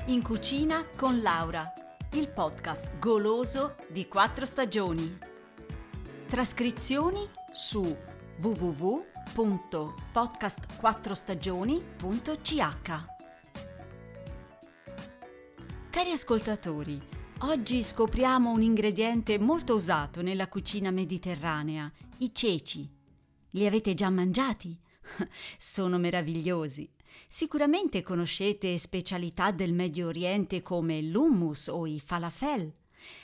In cucina con Laura, il podcast goloso di 4 stagioni. Trascrizioni su www.podcast4stagioni.ch. Cari ascoltatori, oggi scopriamo un ingrediente molto usato nella cucina mediterranea, i ceci. Li avete già mangiati? Sono meravigliosi. Sicuramente conoscete specialità del Medio Oriente come l'hummus o i falafel,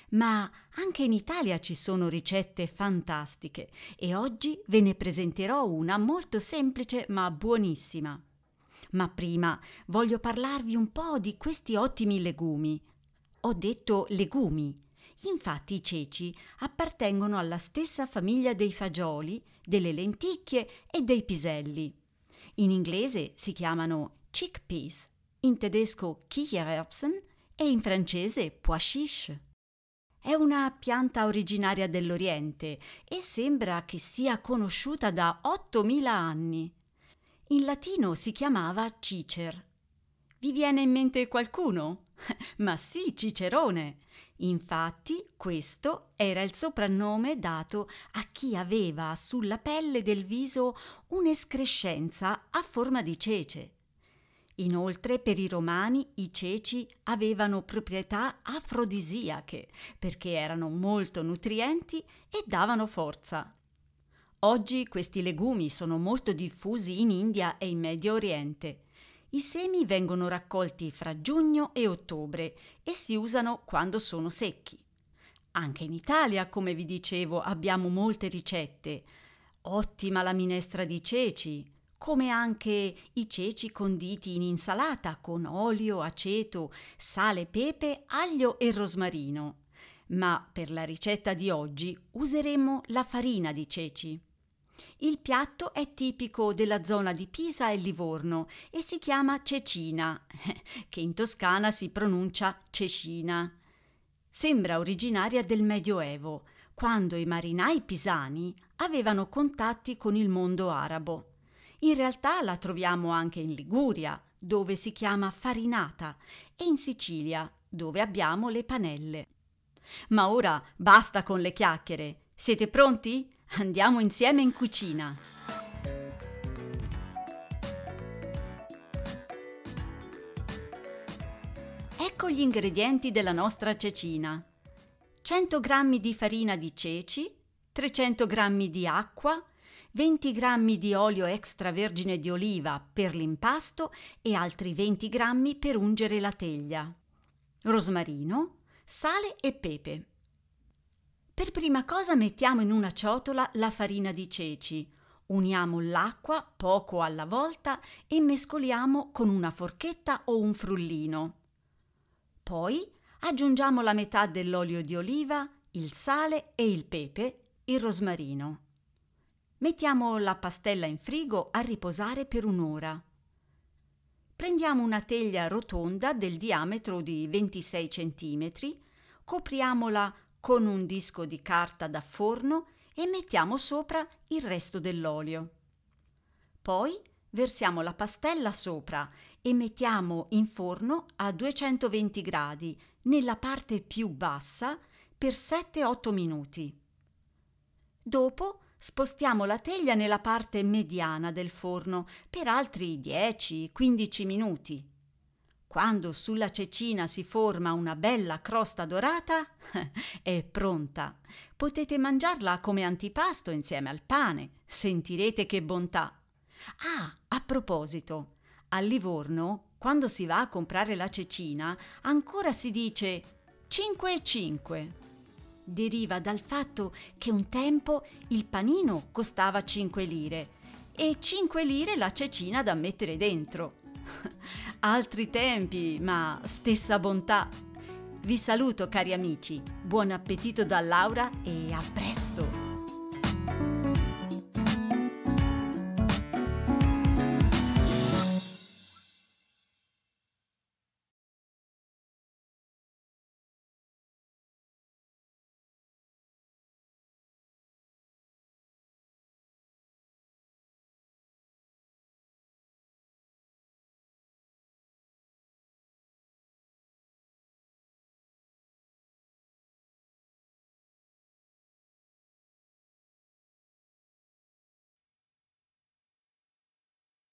ma anche in Italia ci sono ricette fantastiche e oggi ve ne presenterò una molto semplice ma buonissima. Ma prima voglio parlarvi un po' di questi ottimi legumi. Ho detto legumi. Infatti i ceci appartengono alla stessa famiglia dei fagioli, delle lenticchie e dei piselli. In inglese si chiamano chickpeas, in tedesco Kichererbsen e in francese pois chiche. È una pianta originaria dell'Oriente e sembra che sia conosciuta da 8000 anni. In latino si chiamava Cicer. Vi viene in mente qualcuno? Ma sì, Cicerone! Infatti, questo era il soprannome dato a chi aveva sulla pelle del viso un'escrescenza a forma di cece. Inoltre, per i romani i ceci avevano proprietà afrodisiache perché erano molto nutrienti e davano forza. Oggi questi legumi sono molto diffusi in India e in Medio Oriente. I semi vengono raccolti fra giugno e ottobre e si usano quando sono secchi. Anche in Italia, come vi dicevo, abbiamo molte ricette. Ottima la minestra di ceci, come anche i ceci conditi in insalata con olio, aceto, sale, pepe, aglio e rosmarino. Ma per la ricetta di oggi useremo la farina di ceci. Il piatto è tipico della zona di Pisa e Livorno e si chiama cecina, che in Toscana si pronuncia cecina. Sembra originaria del Medioevo, quando i marinai pisani avevano contatti con il mondo arabo. In realtà la troviamo anche in Liguria, dove si chiama farinata, e in Sicilia, dove abbiamo le panelle. Ma ora basta con le chiacchiere. Siete pronti? Andiamo insieme in cucina. Ecco gli ingredienti della nostra cecina. 100 g di farina di ceci, 300 g di acqua, 20 g di olio extravergine di oliva per l'impasto e altri 20 g per ungere la teglia, rosmarino, sale e pepe. Per prima cosa mettiamo in una ciotola la farina di ceci, uniamo l'acqua poco alla volta e mescoliamo con una forchetta o un frullino. Poi aggiungiamo la metà dell'olio di oliva, il sale e il pepe, il rosmarino. Mettiamo la pastella in frigo a riposare per un'ora. Prendiamo una teglia rotonda del diametro di 26 cm, copriamola con un disco di carta da forno e mettiamo sopra il resto dell'olio. Poi versiamo la pastella sopra e mettiamo in forno a 220 gradi nella parte più bassa per 7-8 minuti. Dopo spostiamo la teglia nella parte mediana del forno per altri 10-15 minuti. Quando sulla cecina si forma una bella crosta dorata, è pronta. Potete mangiarla come antipasto insieme al pane. Sentirete che bontà. Ah, a proposito, a Livorno, quando si va a comprare la cecina, ancora si dice 5,5. Deriva dal fatto che un tempo il panino costava 5 lire e 5 lire la cecina da mettere dentro. Altri tempi, ma stessa bontà. Vi saluto cari amici, buon appetito da Laura e a presto!